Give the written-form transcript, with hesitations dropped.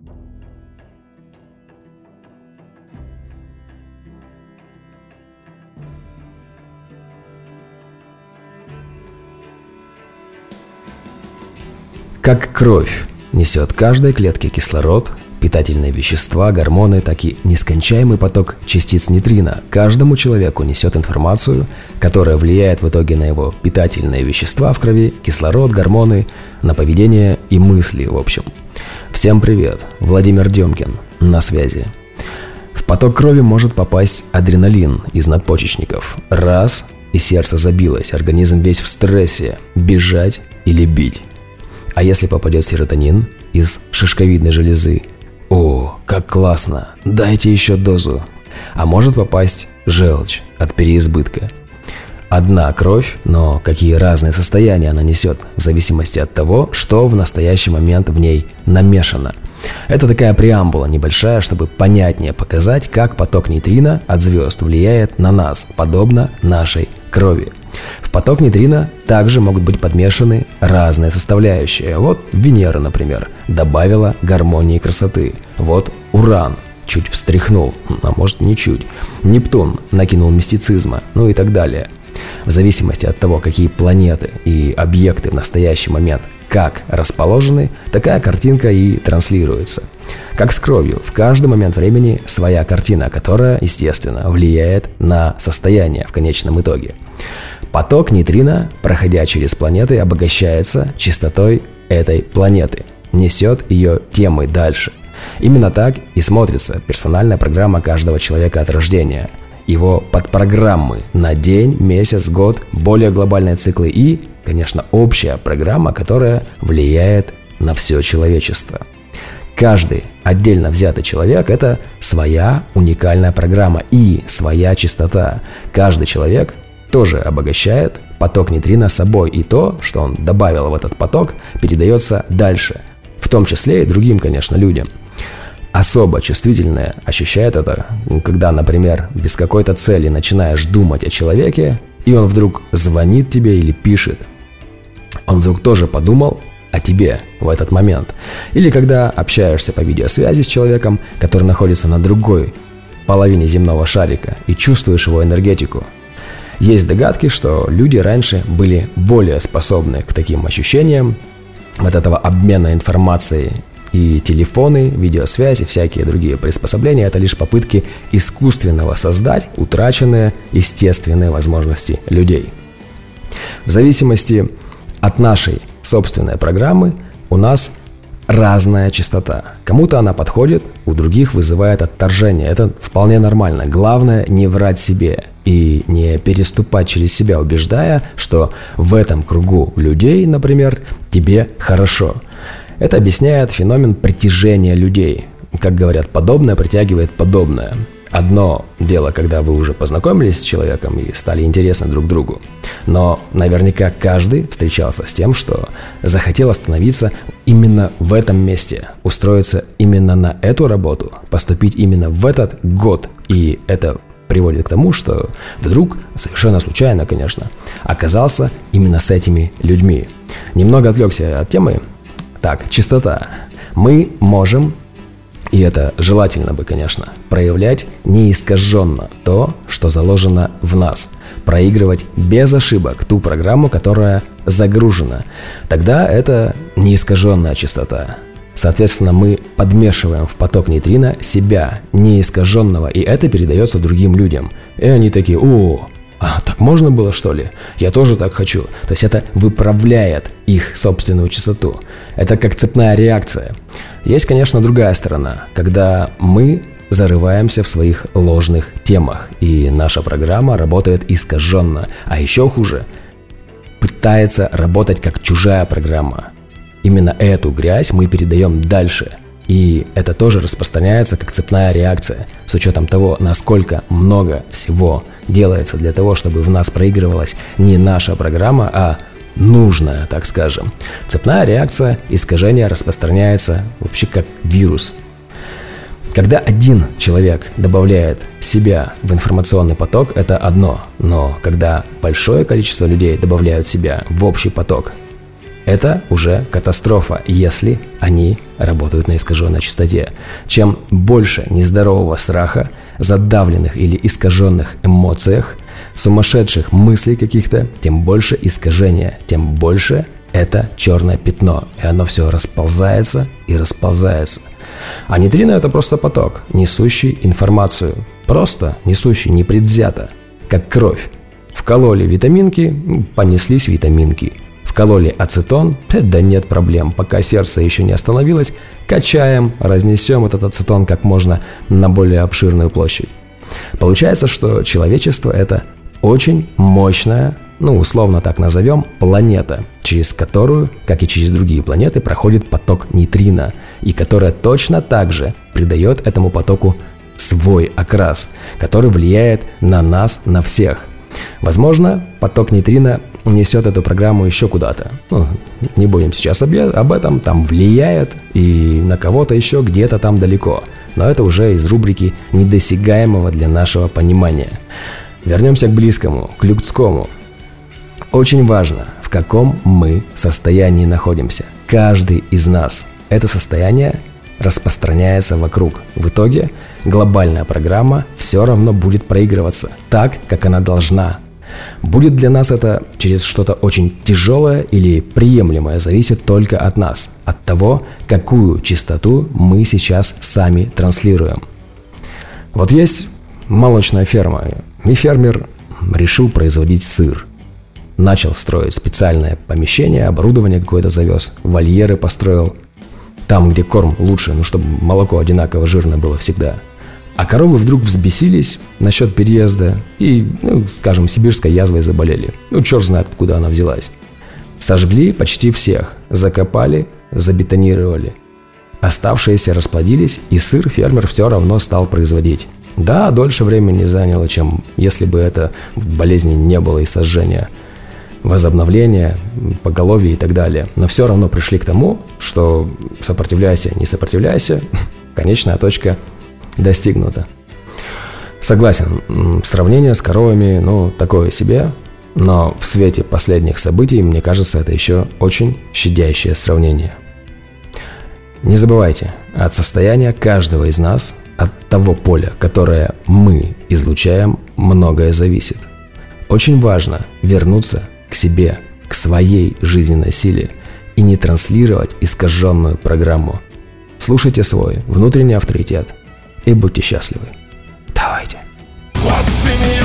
Как кровь несет каждой клетке кислород, питательные вещества, гормоны, так и нескончаемый поток частиц нейтрино каждому человеку несет информацию, которая влияет в итоге на его питательные вещества в крови, кислород, гормоны, на поведение и мысли в общем. Всем привет, Владимир Демкин, на связи. В поток крови может попасть адреналин из надпочечников. Раз, и сердце забилось, организм весь в стрессе, бежать или бить. А если попадет серотонин из шишковидной железы? О, как классно! Дайте еще дозу! А может попасть желчь от переизбытка. Одна кровь, но какие разные состояния она несет, в зависимости от того, что в настоящий момент в ней намешано. Это такая преамбула небольшая, чтобы понятнее показать, как поток нейтрино от звезд влияет на нас, подобно нашей крови. В поток нейтрино также могут быть подмешаны разные составляющие. Вот Венера, например, добавила гармонии и красоты. Вот Уран чуть встряхнул, а может не чуть. Нептун накинул мистицизма, ну и так далее. В зависимости от того, какие планеты и объекты в настоящий момент как расположены, такая картинка и транслируется. Как с кровью, в каждый момент времени своя картина, которая, естественно, влияет на состояние в конечном итоге. Поток нейтрино, проходя через планеты, обогащается частотой этой планеты, несет ее темы дальше. Именно так и смотрится персональная программа каждого человека от рождения. Его подпрограммы на день, месяц, год, более глобальные циклы и, конечно, общая программа, которая влияет на все человечество. Каждый отдельно взятый человек – это своя уникальная программа и своя частота. Каждый человек тоже обогащает поток нейтрино собой, и то, что он добавил в этот поток, передается дальше, в том числе и другим, конечно, людям. Особо чувствительные ощущают это, когда, например, без какой-то цели начинаешь думать о человеке, и он вдруг звонит тебе или пишет. Он вдруг тоже подумал о тебе в этот момент. Или когда общаешься по видеосвязи с человеком, который находится на другой половине земного шарика, и чувствуешь его энергетику. Есть догадки, что люди раньше были более способны к таким ощущениям, вот этого обмена информацией. И телефоны, видеосвязи, всякие другие приспособления – это лишь попытки искусственно воссоздать утраченные естественные возможности людей. В зависимости от нашей собственной программы у нас разная частота. Кому-то она подходит, у других вызывает отторжение. Это вполне нормально. Главное не врать себе и не переступать через себя, убеждая, что в этом кругу людей, например, тебе хорошо. Это объясняет феномен притяжения людей. Как говорят, подобное притягивает подобное. Одно дело, когда вы уже познакомились с человеком и стали интересны друг другу. Но наверняка каждый встречался с тем, что захотел остановиться именно в этом месте, устроиться именно на эту работу, поступить именно в этот год. И это приводит к тому, что вдруг, совершенно случайно, конечно, оказался именно с этими людьми. Немного отвлекся от темы. Так, частота. Мы можем, и это желательно бы, конечно, проявлять неискаженно то, что заложено в нас. Проигрывать без ошибок ту программу, которая загружена. Тогда это неискаженная частота. Соответственно, мы подмешиваем в поток нейтрино себя, неискаженного, и это передается другим людям. И они такие: о, так можно было, что ли? Я тоже так хочу. То есть это выправляет их собственную частоту. Это как цепная реакция. Есть, конечно, другая сторона, когда мы зарываемся в своих ложных темах, и наша программа работает искаженно. А еще хуже, пытается работать как чужая программа. Именно эту грязь мы передаем дальше. И это тоже распространяется как цепная реакция, с учетом того, насколько много всего делается для того, чтобы в нас проигрывалась не наша программа, а нужная, так скажем. Цепная реакция искажения распространяется вообще как вирус. Когда один человек добавляет себя в информационный поток, это одно, но когда большое количество людей добавляют себя в общий поток, Это уже катастрофа, если они работают на искаженной частоте. Чем больше нездорового страха, задавленных или искаженных эмоциях, сумасшедших мыслей каких-то, тем больше искажения, тем больше это черное пятно, и оно все расползается и расползается. А нейтрино – это просто поток, несущий информацию, просто несущий непредвзято, как кровь. Вкололи витаминки, понеслись витаминки. Вкололи ацетон, да нет проблем, пока сердце еще не остановилось, качаем, разнесем этот ацетон как можно на более обширную площадь. Получается, что человечество – это очень мощная, условно так назовем, планета, через которую, как и через другие планеты, проходит поток нейтрино, и которая точно так же придает этому потоку свой окрас, который влияет на нас, на всех. Возможно, поток нейтрино несет эту программу еще куда-то. Не будем сейчас об этом, там влияет и на кого-то еще где-то там далеко. Но это уже из рубрики недосягаемого для нашего понимания. Вернемся к близкому, к людскому. Очень важно, в каком мы состоянии находимся. Каждый из нас. Это состояние распространяется вокруг. В итоге глобальная программа все равно будет проигрываться так, как она должна. Будет для нас это через что-то очень тяжелое или приемлемое, зависит только от нас, от того, какую частоту мы сейчас сами транслируем. Вот есть молочная ферма, и фермер решил производить сыр. Начал строить специальное помещение, оборудование какое-то завез, вольеры построил. Там, где корм лучше, чтобы молоко одинаково жирное было всегда. А коровы вдруг взбесились насчет переезда и, скажем, сибирской язвой заболели. Черт знает, откуда она взялась. Сожгли почти всех, закопали, забетонировали. Оставшиеся расплодились, и сыр фермер все равно стал производить. Да, дольше времени заняло, чем если бы это болезни не было и сожжения, возобновления, поголовья и так далее. Но все равно пришли к тому, что сопротивляйся, не сопротивляйся, конечная точка достигнута. Согласен, сравнение с коровами, такое себе, но в свете последних событий, мне кажется, это еще очень щадящее сравнение. Не забывайте, от состояния каждого из нас, от того поля, которое мы излучаем, многое зависит. Очень важно вернуться к себе, к своей жизненной силе и не транслировать искаженную программу. Слушайте свой внутренний авторитет и будьте счастливы. Давайте.